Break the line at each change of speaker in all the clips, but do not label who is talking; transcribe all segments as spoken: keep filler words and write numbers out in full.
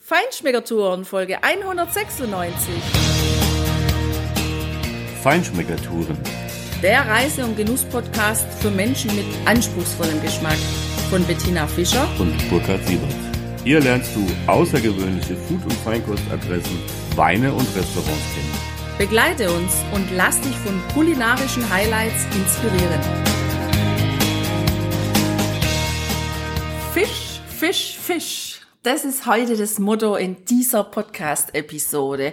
Feinschmeckertouren, Folge hundertsechsundneunzig.
Feinschmeckertouren.
Der Reise- und Genuss-Podcast für Menschen mit anspruchsvollem Geschmack. Von Bettina Fischer
Und Burkhard Siebert. Hier lernst du außergewöhnliche Food- und Feinkostadressen, Weine und Restaurants kennen.
Begleite uns und lass dich von kulinarischen Highlights inspirieren. Fisch, Fisch, Fisch. Das ist heute das Motto in dieser Podcast-Episode.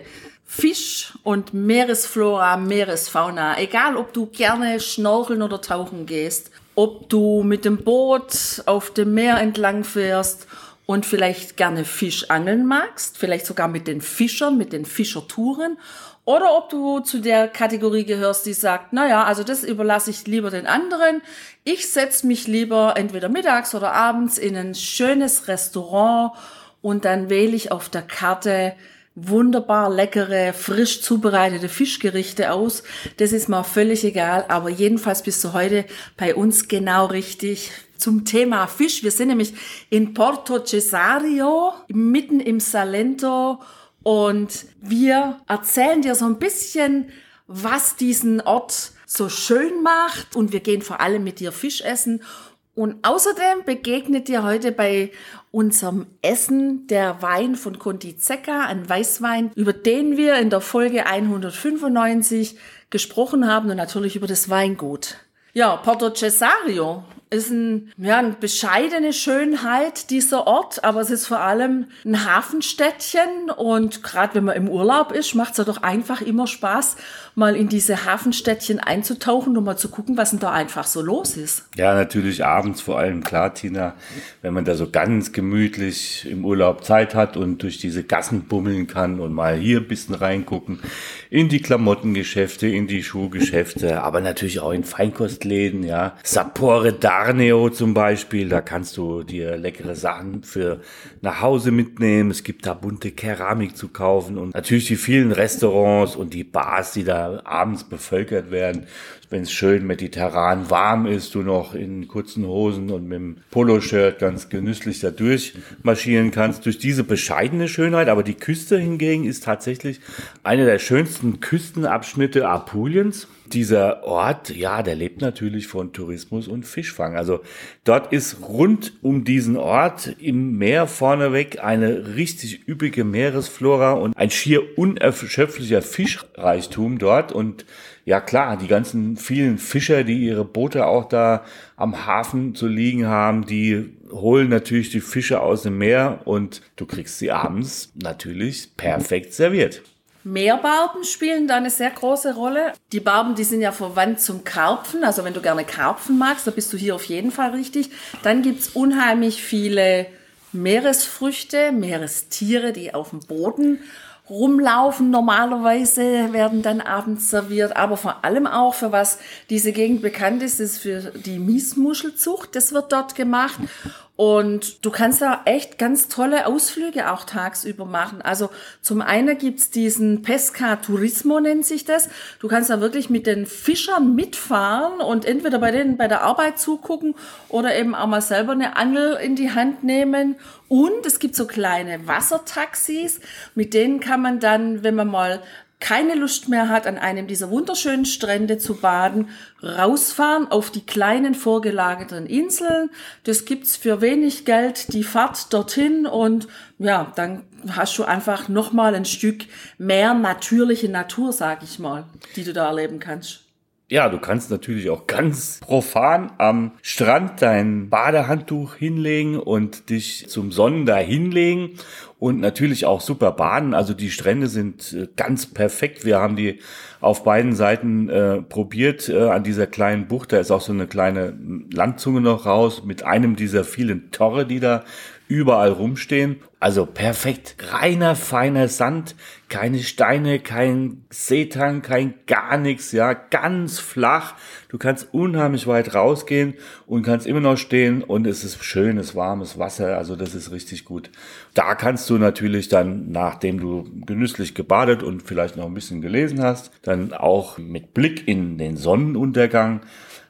Fisch und Meeresflora, Meeresfauna. Egal, ob du gerne schnorcheln oder tauchen gehst, ob du mit dem Boot auf dem Meer entlang fährst und vielleicht gerne Fisch angeln magst, vielleicht sogar mit den Fischern, mit den Fischertouren, oder ob du zu der Kategorie gehörst, die sagt, naja, also das überlasse ich lieber den anderen. Ich setze mich lieber entweder mittags oder abends in ein schönes Restaurant und dann wähle ich auf der Karte wunderbar leckere, frisch zubereitete Fischgerichte aus. Das ist mir völlig egal, aber jedenfalls bist du heute bei uns genau richtig zum Thema Fisch. Wir sind nämlich in Porto Cesario, mitten im Salento, und wir erzählen dir so ein bisschen, was diesen Ort so schön macht, und wir gehen vor allem mit dir Fisch essen. Und außerdem begegnet dir heute bei unserem Essen der Wein von Conti Zecca, ein Weißwein, über den wir in der Folge hundertfünfundneunzig gesprochen haben, und natürlich über das Weingut. Ja, Porto Cesario ist ein, ja, eine bescheidene Schönheit, dieser Ort, aber es ist vor allem ein Hafenstädtchen, und gerade wenn man im Urlaub ist, macht es ja doch einfach immer Spaß, mal in diese Hafenstädtchen einzutauchen und mal zu gucken, was denn da einfach so los ist.
Ja, natürlich abends vor allem, klar, Tina, wenn man da so ganz gemütlich im Urlaub Zeit hat und durch diese Gassen bummeln kann und mal hier ein bisschen reingucken in die Klamottengeschäfte, in die Schuhgeschäfte, aber natürlich auch in Feinkostläden, ja. Sapore d'Arneo zum Beispiel, da kannst du dir leckere Sachen für nach Hause mitnehmen. Es gibt da bunte Keramik zu kaufen und natürlich die vielen Restaurants und die Bars, die da abends bevölkert werden. Wenn es schön mediterran warm ist, du noch in kurzen Hosen und mit dem Poloshirt ganz genüsslich da durchmarschieren kannst, durch diese bescheidene Schönheit. Aber die Küste hingegen ist tatsächlich einer der schönsten Küstenabschnitte Apuliens. Dieser Ort, ja, der lebt natürlich von Tourismus und Fischfang. Also dort ist rund um diesen Ort im Meer vorneweg eine richtig üppige Meeresflora und ein schier unerschöpflicher Fischreichtum dort. Und ja klar, die ganzen vielen Fischer, die ihre Boote auch da am Hafen zu liegen haben, die holen natürlich die Fische aus dem Meer und du kriegst sie abends natürlich perfekt serviert.
Meerbarben spielen da eine sehr große Rolle. Die Barben, die sind ja verwandt zum Karpfen. Also wenn du gerne Karpfen magst, da bist du hier auf jeden Fall richtig. Dann gibt's unheimlich viele Meeresfrüchte, Meerestiere, die auf dem Boden rumlaufen. Normalerweise werden dann abends serviert. Aber vor allem auch, für was diese Gegend bekannt ist, ist für die Miesmuschelzucht. Das wird dort gemacht. Und du kannst da echt ganz tolle Ausflüge auch tagsüber machen. Also zum einen gibt's diesen Pesca Turismo, nennt sich das. Du kannst da wirklich mit den Fischern mitfahren und entweder bei denen bei der Arbeit zugucken oder eben auch mal selber eine Angel in die Hand nehmen. Und es gibt so kleine Wassertaxis, mit denen kann man dann, wenn man mal keine Lust mehr hat, an einem dieser wunderschönen Strände zu baden, rausfahren auf die kleinen vorgelagerten Inseln. Das gibt's für wenig Geld, die Fahrt dorthin, und ja, dann hast du einfach nochmal ein Stück mehr natürliche Natur, sag ich mal, die du da erleben kannst.
Ja, du kannst natürlich auch ganz profan am Strand dein Badehandtuch hinlegen und dich zum Sonnen da hinlegen und natürlich auch super baden. Also die Strände sind ganz perfekt. Wir haben die auf beiden Seiten äh, probiert äh, an dieser kleinen Bucht. Da ist auch so eine kleine Landzunge noch raus mit einem dieser vielen Torre, die da überall rumstehen. Also perfekt, reiner, feiner Sand, keine Steine, kein Seetang, kein gar nichts, ja, ganz flach. Du kannst unheimlich weit rausgehen und kannst immer noch stehen und es ist schönes, warmes Wasser, also das ist richtig gut. Da kannst du natürlich dann, nachdem du genüsslich gebadet und vielleicht noch ein bisschen gelesen hast, dann auch mit Blick in den Sonnenuntergang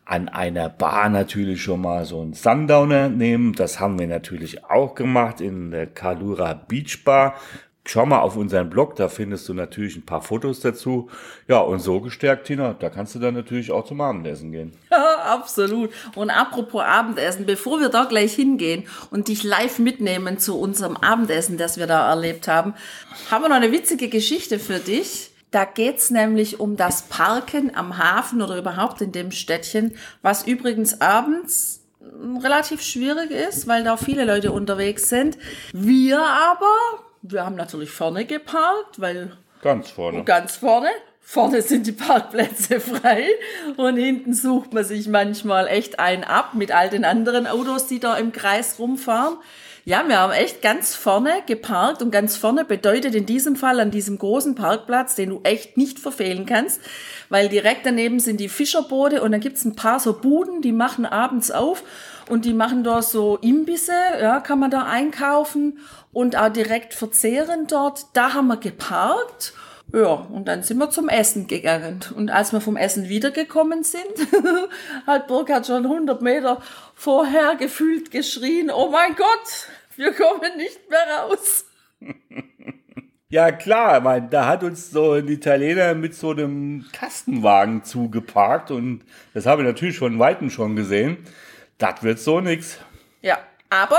an einer Bar natürlich schon mal so einen Sundowner nehmen. Das haben wir natürlich auch gemacht in der Kalura Beach Bar. Schau mal auf unseren Blog, da findest du natürlich ein paar Fotos dazu. Ja, und so gestärkt, Tina, da kannst du dann natürlich auch zum Abendessen gehen.
Ja, absolut. Und apropos Abendessen, bevor wir da gleich hingehen und dich live mitnehmen zu unserem Abendessen, das wir da erlebt haben, haben wir noch eine witzige Geschichte für dich. Da geht's nämlich um das Parken am Hafen oder überhaupt in dem Städtchen, was übrigens abends relativ schwierig ist, weil da viele Leute unterwegs sind. Wir aber... Wir haben natürlich vorne geparkt, weil...
Ganz vorne.
Ganz vorne. Vorne sind die Parkplätze frei und hinten sucht man sich manchmal echt einen ab mit all den anderen Autos, die da im Kreis rumfahren. Ja, wir haben echt ganz vorne geparkt und ganz vorne bedeutet in diesem Fall an diesem großen Parkplatz, den du echt nicht verfehlen kannst, weil direkt daneben sind die Fischerboote und dann gibt's ein paar so Buden, die machen abends auf und die machen da so Imbisse, ja, kann man da einkaufen und auch direkt verzehren dort. Da haben wir geparkt. Ja, und dann sind wir zum Essen gegangen. Und als wir vom Essen wiedergekommen sind, hat Burkhard schon hundert Meter vorher gefühlt geschrien, oh mein Gott, wir kommen nicht mehr raus.
Ja klar, mein, da hat uns so ein Italiener mit so einem Kastenwagen zugeparkt und das habe ich natürlich von Weitem schon gesehen. Das wird so nix.
Ja, aber...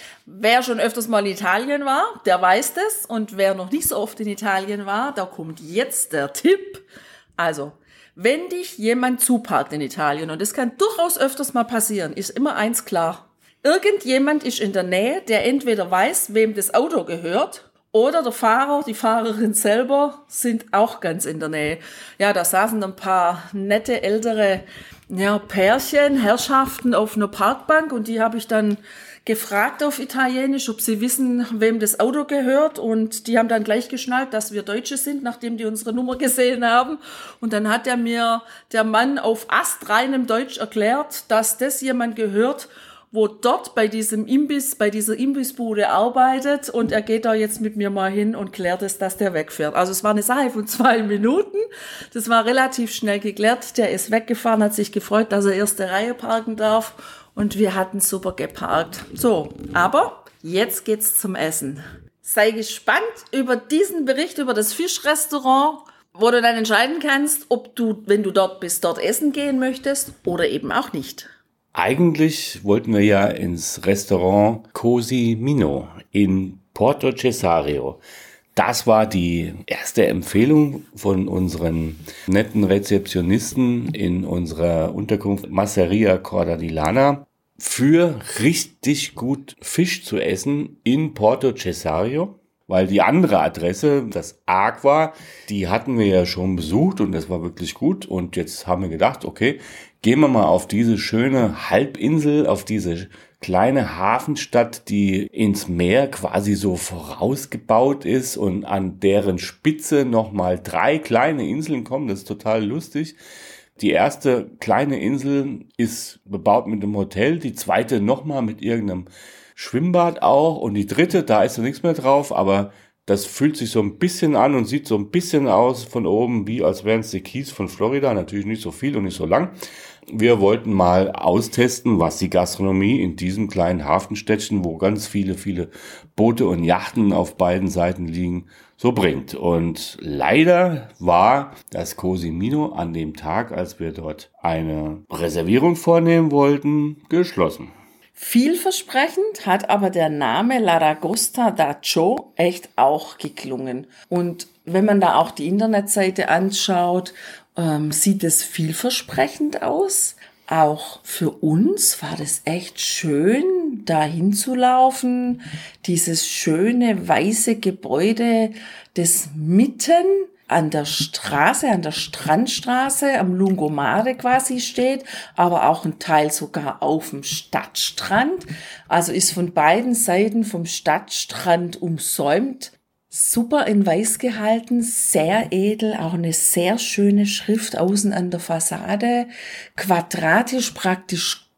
Wer schon öfters mal in Italien war, der weiß das. Und wer noch nicht so oft in Italien war, da kommt jetzt der Tipp. Also, wenn dich jemand zuparkt in Italien, und das kann durchaus öfters mal passieren, ist immer eins klar. Irgendjemand ist in der Nähe, der entweder weiß, wem das Auto gehört, oder der Fahrer, die Fahrerin selber sind auch ganz in der Nähe. Ja, da saßen ein paar nette, ältere ja, Pärchen, Herrschaften auf einer Parkbank und die habe ich dann gefragt auf Italienisch, ob sie wissen, wem das Auto gehört und die haben dann gleich geschnallt, dass wir Deutsche sind, nachdem die unsere Nummer gesehen haben und dann hat er mir, der Mann auf astreinem Deutsch erklärt, dass das jemand gehört, wo dort bei diesem Imbiss, bei dieser Imbissbude arbeitet und er geht da jetzt mit mir mal hin und klärt es, dass der wegfährt. Also es war eine Sache von zwei Minuten, das war relativ schnell geklärt, der ist weggefahren, hat sich gefreut, dass er erste Reihe parken darf. Und wir hatten super geparkt. So, aber jetzt geht's zum Essen. Sei gespannt über diesen Bericht über das Fischrestaurant, wo du dann entscheiden kannst, ob du, wenn du dort bist, dort essen gehen möchtest oder eben auch nicht.
Eigentlich wollten wir ja ins Restaurant Così Mino in Porto Cesario. Das war die erste Empfehlung von unseren netten Rezeptionisten in unserer Unterkunft Masseria Corda di Lana für richtig gut Fisch zu essen in Porto Cesario. Weil die andere Adresse, das Aqua, die hatten wir ja schon besucht und das war wirklich gut. Und jetzt haben wir gedacht, okay, gehen wir mal auf diese schöne Halbinsel, auf diese kleine Hafenstadt, die ins Meer quasi so vorausgebaut ist und an deren Spitze nochmal drei kleine Inseln kommen. Das ist total lustig. Die erste kleine Insel ist bebaut mit einem Hotel, die zweite nochmal mit irgendeinem Schwimmbad auch und die dritte, da ist ja nichts mehr drauf, aber das fühlt sich so ein bisschen an und sieht so ein bisschen aus von oben, wie als wären es die Keys von Florida, natürlich nicht so viel und nicht so lang. Wir wollten mal austesten, was die Gastronomie in diesem kleinen Hafenstädtchen, wo ganz viele, viele Boote und Yachten auf beiden Seiten liegen, so bringt. Und leider war das Così Mino an dem Tag, als wir dort eine Reservierung vornehmen wollten, geschlossen.
Vielversprechend hat aber der Name L'Aragosta d'Accio echt auch geklungen. Und wenn man da auch die Internetseite anschaut, ähm, sieht es vielversprechend aus. Auch für uns war das echt schön, da hinzulaufen. Dieses schöne weiße Gebäude, das mitten an der Straße, an der Strandstraße, am Lungomare quasi steht, aber auch ein Teil sogar auf dem Stadtstrand. Also ist von beiden Seiten vom Stadtstrand umsäumt. Super in weiß gehalten, sehr edel, auch eine sehr schöne Schrift außen an der Fassade. Quadratisch praktisch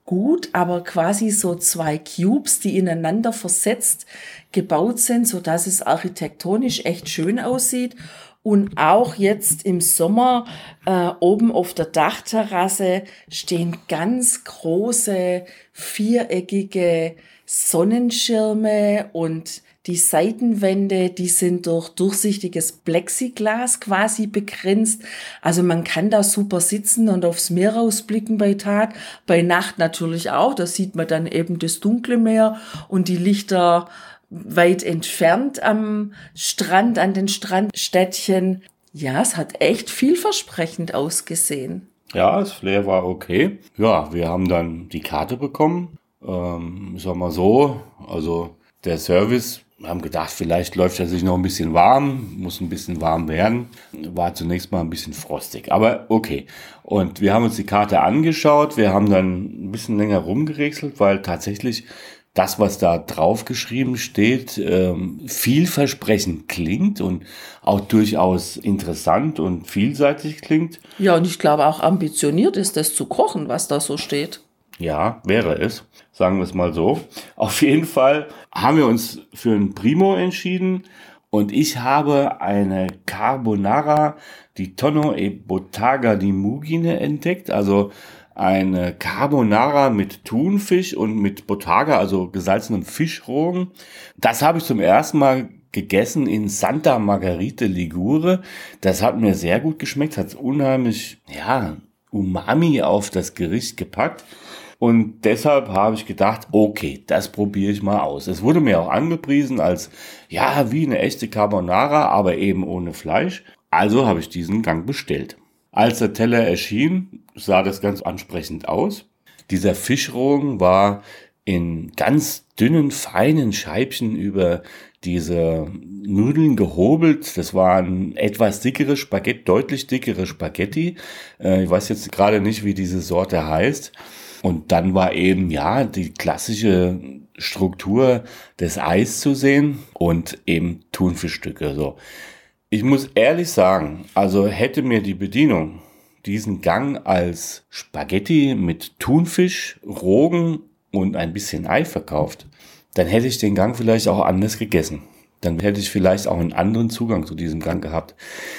gut, aber quasi so zwei Cubes, die ineinander versetzt gebaut sind, so dass es architektonisch echt schön aussieht. Und auch jetzt im Sommer äh, oben auf der Dachterrasse stehen ganz große viereckige Sonnenschirme und die Seitenwände, die sind durch durchsichtiges Plexiglas quasi begrenzt. Also man kann da super sitzen und aufs Meer rausblicken bei Tag, bei Nacht natürlich auch. Da sieht man dann eben das dunkle Meer und die Lichter weit entfernt am Strand, an den Strandstädtchen. Ja, es hat echt vielversprechend ausgesehen.
Ja, das Flair war okay. Ja, wir haben dann die Karte bekommen. Ähm, sag mal so, also der Service, wir haben gedacht, vielleicht läuft er sich noch ein bisschen warm, muss ein bisschen warm werden. War zunächst mal ein bisschen frostig, aber okay. Und wir haben uns die Karte angeschaut, wir haben dann ein bisschen länger rumgerätselt, weil tatsächlich das, was da drauf geschrieben steht, ähm, vielversprechend klingt und auch durchaus interessant und vielseitig klingt.
Ja, und ich glaube auch ambitioniert ist, das zu kochen, was da so steht.
Ja, wäre es, sagen wir es mal so. Auf jeden Fall haben wir uns für ein Primo entschieden und ich habe eine Carbonara di Tonno e Bottega di Mugine entdeckt, also eine Carbonara mit Thunfisch und mit Bottega, also gesalzenem Fischrogen. Das habe ich zum ersten Mal gegessen in Santa Margherita Ligure. Das hat mir sehr gut geschmeckt, hat unheimlich, ja, Umami auf das Gericht gepackt. Und deshalb habe ich gedacht, okay, das probiere ich mal aus. Es wurde mir auch angepriesen als, ja, wie eine echte Carbonara, aber eben ohne Fleisch. Also habe ich diesen Gang bestellt. Als der Teller erschien, sah das ganz ansprechend aus. Dieser Fischrogen war in ganz dünnen, feinen Scheibchen über diese Nudeln gehobelt. Das waren etwas dickere Spaghetti, deutlich dickere Spaghetti. Ich weiß jetzt gerade nicht, wie diese Sorte heißt. Und dann war eben, ja, die klassische Struktur des Eis zu sehen und eben Thunfischstücke. So. Ich muss ehrlich sagen, also hätte mir die Bedienung diesen Gang als Spaghetti mit Thunfisch, Rogen und ein bisschen Ei verkauft, dann hätte ich den Gang vielleicht auch anders gegessen. Dann hätte ich vielleicht auch einen anderen Zugang zu diesem Gang gehabt.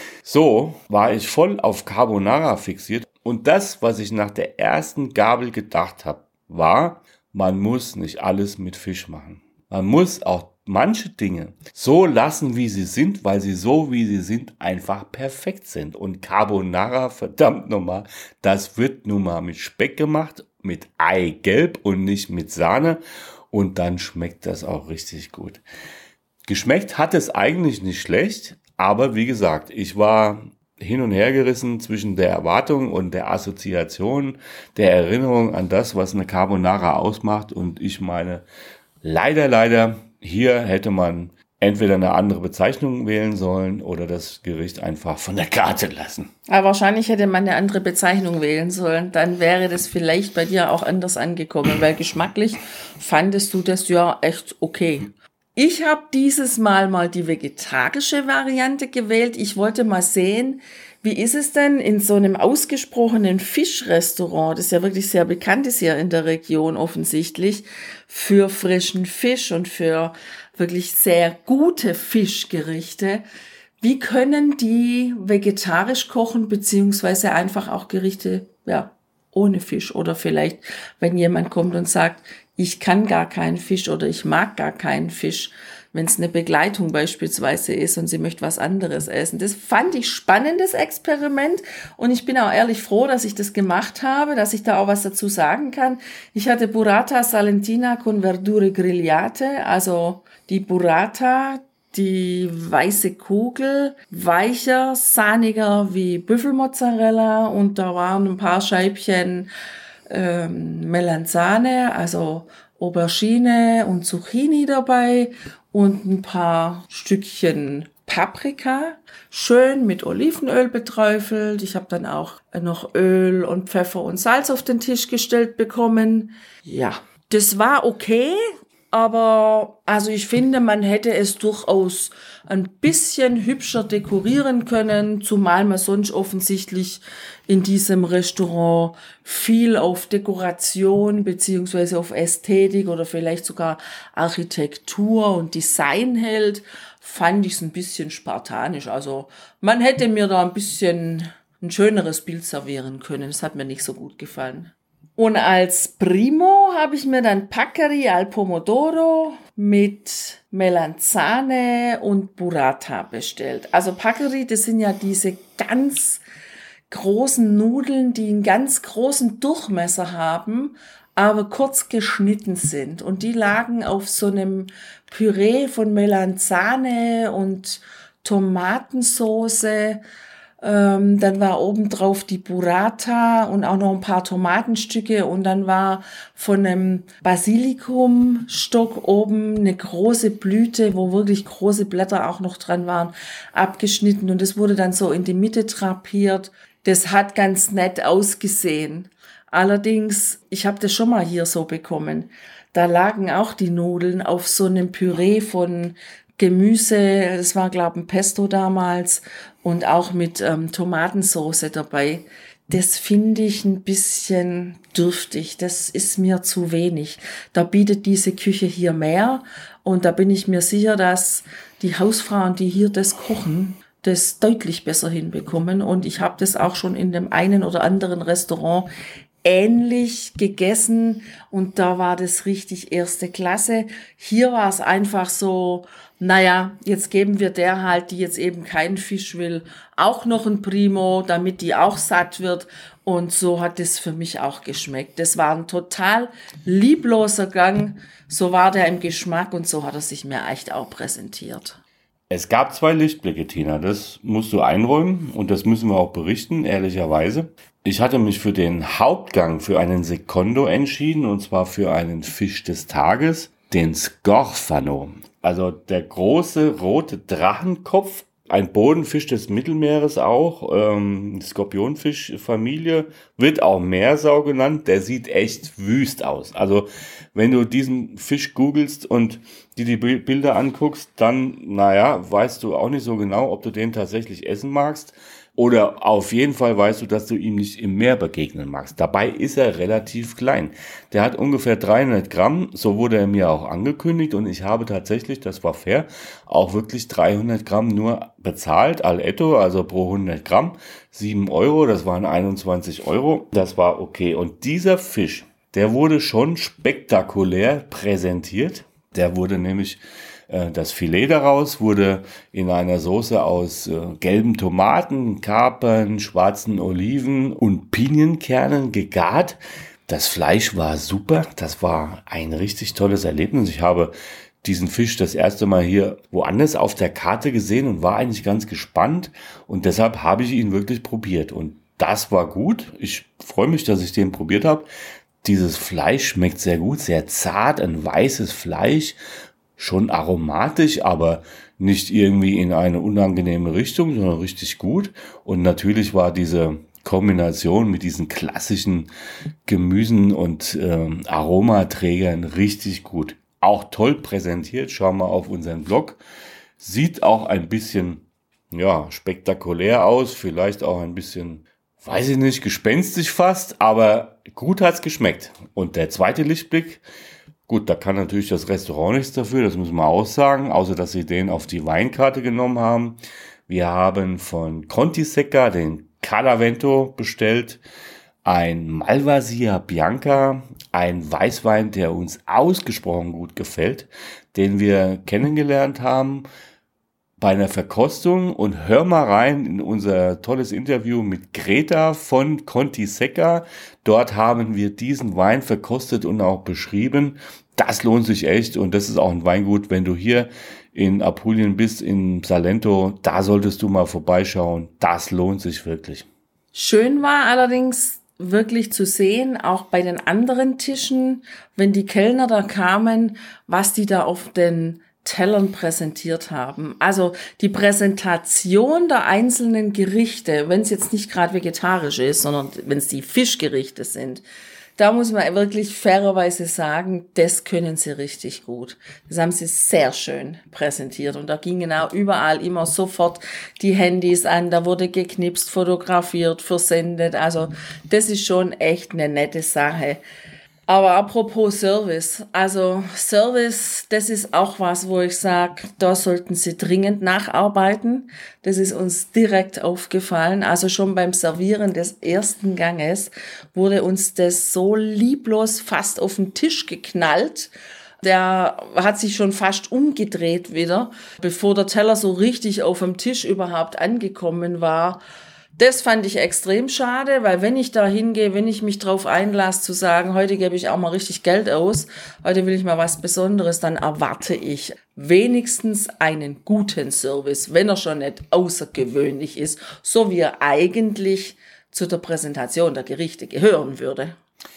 So war ich voll auf Carbonara fixiert. Und das, was ich nach der ersten Gabel gedacht habe, war, man muss nicht alles mit Fisch machen. Man muss auch manche Dinge so lassen, wie sie sind, weil sie so, wie sie sind, einfach perfekt sind. Und Carbonara, verdammt nochmal, das wird nun mal mit Speck gemacht, mit Eigelb und nicht mit Sahne. Und dann schmeckt das auch richtig gut. Geschmeckt hat es eigentlich nicht schlecht, aber wie gesagt, ich war hin und her gerissen zwischen der Erwartung und der Assoziation, der Erinnerung an das, was eine Carbonara ausmacht. Und ich meine, leider, leider, hier hätte man entweder eine andere Bezeichnung wählen sollen oder das Gericht einfach von der Karte lassen.
Aber wahrscheinlich hätte man eine andere Bezeichnung wählen sollen. Dann wäre das vielleicht bei dir auch anders angekommen, weil geschmacklich fandest du das ja echt okay. Ich habe dieses Mal mal die vegetarische Variante gewählt. Ich wollte mal sehen, wie ist es denn in so einem ausgesprochenen Fischrestaurant, das ja wirklich sehr bekannt ist hier in der Region offensichtlich, für frischen Fisch und für wirklich sehr gute Fischgerichte. Wie können die vegetarisch kochen, beziehungsweise einfach auch Gerichte, ja, ohne Fisch? Oder vielleicht, wenn jemand kommt und sagt, ich kann gar keinen Fisch oder ich mag gar keinen Fisch, wenn es eine Begleitung beispielsweise ist und sie möchte was anderes essen. Das fand ich spannendes Experiment und ich bin auch ehrlich froh, dass ich das gemacht habe, dass ich da auch was dazu sagen kann. Ich hatte Burrata Salentina con verdure grigliate, also die Burrata, die weiße Kugel, weicher, sahniger wie Büffelmozzarella und da waren ein paar Scheibchen ähm, Melanzane, also Aubergine und Zucchini dabei und ein paar Stückchen Paprika, schön mit Olivenöl beträufelt. Ich habe dann auch noch Öl und Pfeffer und Salz auf den Tisch gestellt bekommen. Ja, das war okay. aber also ich finde, man hätte es durchaus ein bisschen hübscher dekorieren können, zumal man sonst offensichtlich in diesem Restaurant viel auf Dekoration beziehungsweise auf Ästhetik oder vielleicht sogar Architektur und Design hält, fand ich es ein bisschen spartanisch. Also man hätte mir da ein bisschen ein schöneres Bild servieren können. Das hat mir nicht so gut gefallen. Und als Primo habe ich mir dann Paccheri al Pomodoro mit Melanzane und Burrata bestellt. Also Paccheri, das sind ja diese ganz großen Nudeln, die einen ganz großen Durchmesser haben, aber kurz geschnitten sind. Und die lagen auf so einem Püree von Melanzane und Tomatensauce. Ähm, dann war obendrauf die Burrata und auch noch ein paar Tomatenstücke und dann war von einem Basilikumstock oben eine große Blüte, wo wirklich große Blätter auch noch dran waren, abgeschnitten und das wurde dann so in die Mitte drapiert. Das hat ganz nett ausgesehen. Allerdings, ich habe das schon mal hier so bekommen, da lagen auch die Nudeln auf so einem Püree von Gemüse, das war, glaube ich, ein Pesto damals und auch mit ähm, Tomatensauce dabei. Das finde ich ein bisschen dürftig, das ist mir zu wenig. Da bietet diese Küche hier mehr und da bin ich mir sicher, dass die Hausfrauen, die hier das kochen, das deutlich besser hinbekommen und ich habe das auch schon in dem einen oder anderen Restaurant ähnlich gegessen und da war das richtig erste Klasse. Hier war es einfach so, naja, jetzt geben wir der halt, die jetzt eben keinen Fisch will, auch noch ein Primo, damit die auch satt wird. Und so hat es für mich auch geschmeckt. Das war ein total liebloser Gang. So war der im Geschmack und so hat er sich mir echt auch präsentiert.
Es gab zwei Lichtblicke, Tina. Das musst du einräumen und das müssen wir auch berichten, ehrlicherweise. Ich hatte mich für den Hauptgang, für einen Secondo entschieden und zwar für einen Fisch des Tages, den Scorfano. Also der große rote Drachenkopf, ein Bodenfisch des Mittelmeeres auch, ähm, Skorpionfischfamilie, wird auch Meersau genannt, der sieht echt wüst aus. Also wenn du diesen Fisch googelst und dir die Bilder anguckst, dann, naja, weißt du auch nicht so genau, ob du den tatsächlich essen magst. Oder auf jeden Fall weißt du, dass du ihm nicht im Meer begegnen magst. Dabei ist er relativ klein. Der hat ungefähr dreihundert Gramm, so wurde er mir auch angekündigt und ich habe tatsächlich, das war fair, auch wirklich dreihundert Gramm nur bezahlt, al etto, also pro hundert Gramm, sieben Euro, das waren einundzwanzig Euro, das war okay. Und dieser Fisch, der wurde schon spektakulär präsentiert. Der wurde nämlich Das Filet daraus wurde in einer Soße aus äh, gelben Tomaten, Kapern, schwarzen Oliven und Pinienkernen gegart. Das Fleisch war super. Das war ein richtig tolles Erlebnis. Ich habe diesen Fisch das erste Mal hier woanders auf der Karte gesehen und war eigentlich ganz gespannt. Und deshalb habe ich ihn wirklich probiert. Und das war gut. Ich freue mich, dass ich den probiert habe. Dieses Fleisch schmeckt sehr gut, sehr zart, ein weißes Fleisch. Schon aromatisch, aber nicht irgendwie in eine unangenehme Richtung, sondern richtig gut. Und natürlich war diese Kombination mit diesen klassischen Gemüsen und ähm, Aromaträgern richtig gut. Auch toll präsentiert. Schau mal auf unseren Blog. Sieht auch ein bisschen, ja, spektakulär aus. Vielleicht auch ein bisschen, weiß ich nicht, gespenstisch fast. Aber gut hat's geschmeckt. Und der zweite Lichtblick. Gut, da kann natürlich das Restaurant nichts dafür, das müssen wir auch sagen, außer dass sie den auf die Weinkarte genommen haben. Wir haben von Conti Secca den Calavento bestellt, ein Malvasia Bianca, ein Weißwein, der uns ausgesprochen gut gefällt, den wir kennengelernt haben bei einer Verkostung. Und hör mal rein in unser tolles Interview mit Greta von Conti Secca. Dort haben wir diesen Wein verkostet und auch beschrieben. Das lohnt sich echt und das ist auch ein Weingut, wenn du hier in Apulien bist, in Salento, da solltest du mal vorbeischauen. Das lohnt sich wirklich.
Schön war allerdings wirklich zu sehen, auch bei den anderen Tischen, wenn die Kellner da kamen, was die da auf den Tellern präsentiert haben. Also die Präsentation der einzelnen Gerichte, wenn es jetzt nicht gerade vegetarisch ist, sondern wenn es die Fischgerichte sind, da muss man wirklich fairerweise sagen, das können sie richtig gut. Das haben sie sehr schön präsentiert und da gingen auch überall immer sofort die Handys an, da wurde geknipst, fotografiert, versendet, also das ist schon echt eine nette Sache. Aber apropos Service, also Service, das ist auch was, wo ich sage, da sollten Sie dringend nacharbeiten. Das ist uns direkt aufgefallen. Also schon beim Servieren des ersten Ganges wurde uns das so lieblos fast auf den Tisch geknallt. Der hat sich schon fast umgedreht wieder, bevor der Teller so richtig auf dem Tisch überhaupt angekommen war. Das fand ich extrem schade, weil wenn ich da hingehe, wenn ich mich drauf einlasse zu sagen, heute gebe ich auch mal richtig Geld aus, heute will ich mal was Besonderes, dann erwarte ich wenigstens einen guten Service, wenn er schon nicht außergewöhnlich ist, so wie er eigentlich zu der Präsentation der Gerichte gehören würde.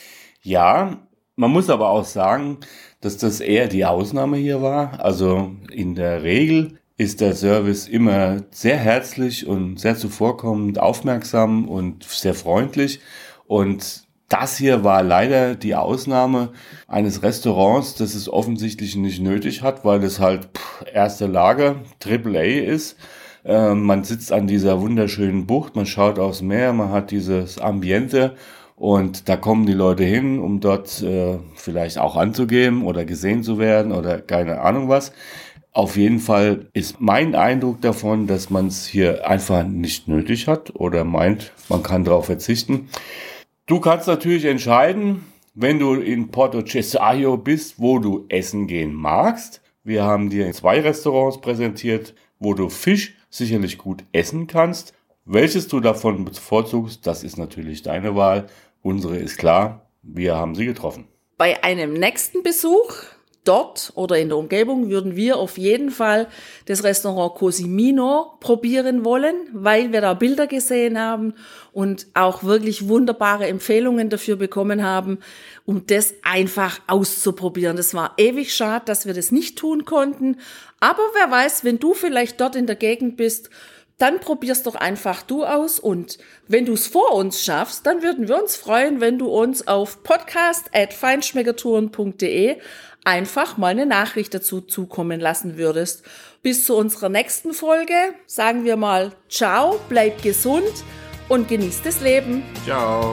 Ja, man muss aber auch sagen, dass das eher die Ausnahme hier war. Also in der Regel ist der Service immer sehr herzlich und sehr zuvorkommend, aufmerksam und sehr freundlich. Und das hier war leider die Ausnahme eines Restaurants, das es offensichtlich nicht nötig hat, weil es halt pff, erste Lage, Triple A ist. Äh, man sitzt an dieser wunderschönen Bucht, man schaut aufs Meer, man hat dieses Ambiente und da kommen die Leute hin, um dort äh, vielleicht auch anzugeben oder gesehen zu werden oder keine Ahnung was. Auf jeden Fall ist mein Eindruck davon, dass man es hier einfach nicht nötig hat oder meint, man kann darauf verzichten. Du kannst natürlich entscheiden, wenn du in Porto Cesaio bist, wo du essen gehen magst. Wir haben dir zwei Restaurants präsentiert, wo du Fisch sicherlich gut essen kannst. Welches du davon bevorzugst, das ist natürlich deine Wahl. Unsere ist klar, wir haben sie getroffen.
Bei einem nächsten Besuch dort oder in der Umgebung würden wir auf jeden Fall das Restaurant Cosimino probieren wollen, weil wir da Bilder gesehen haben und auch wirklich wunderbare Empfehlungen dafür bekommen haben, um das einfach auszuprobieren. Das war ewig schade, dass wir das nicht tun konnten. Aber wer weiß, wenn du vielleicht dort in der Gegend bist, dann probier's doch einfach du aus. Und wenn du es vor uns schaffst, dann würden wir uns freuen, wenn du uns auf podcast at feinschmeckertouren punkt de einfach mal eine Nachricht dazu zukommen lassen würdest. Bis zu unserer nächsten Folge sagen wir mal ciao, bleib gesund und genieß das Leben.
Ciao.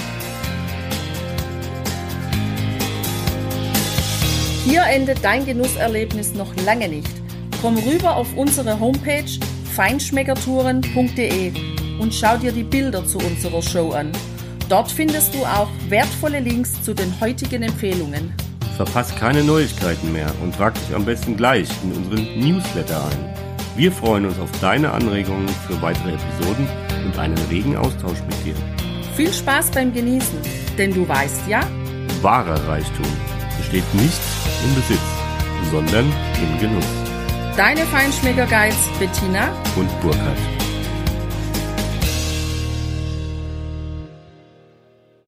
Hier endet dein Genusserlebnis noch lange nicht. Komm rüber auf unsere Homepage feinschmeckertouren punkt de und schau dir die Bilder zu unserer Show an. Dort findest du auch wertvolle Links zu den heutigen Empfehlungen.
Verpasst keine Neuigkeiten mehr und trag dich am besten gleich in unseren Newsletter ein. Wir freuen uns auf deine Anregungen für weitere Episoden und einen regen Austausch mit dir.
Viel Spaß beim Genießen, denn du weißt ja,
wahrer Reichtum besteht nicht im Besitz, sondern im Genuss.
Deine Feinschmecker-Guides Bettina
und Burkhard.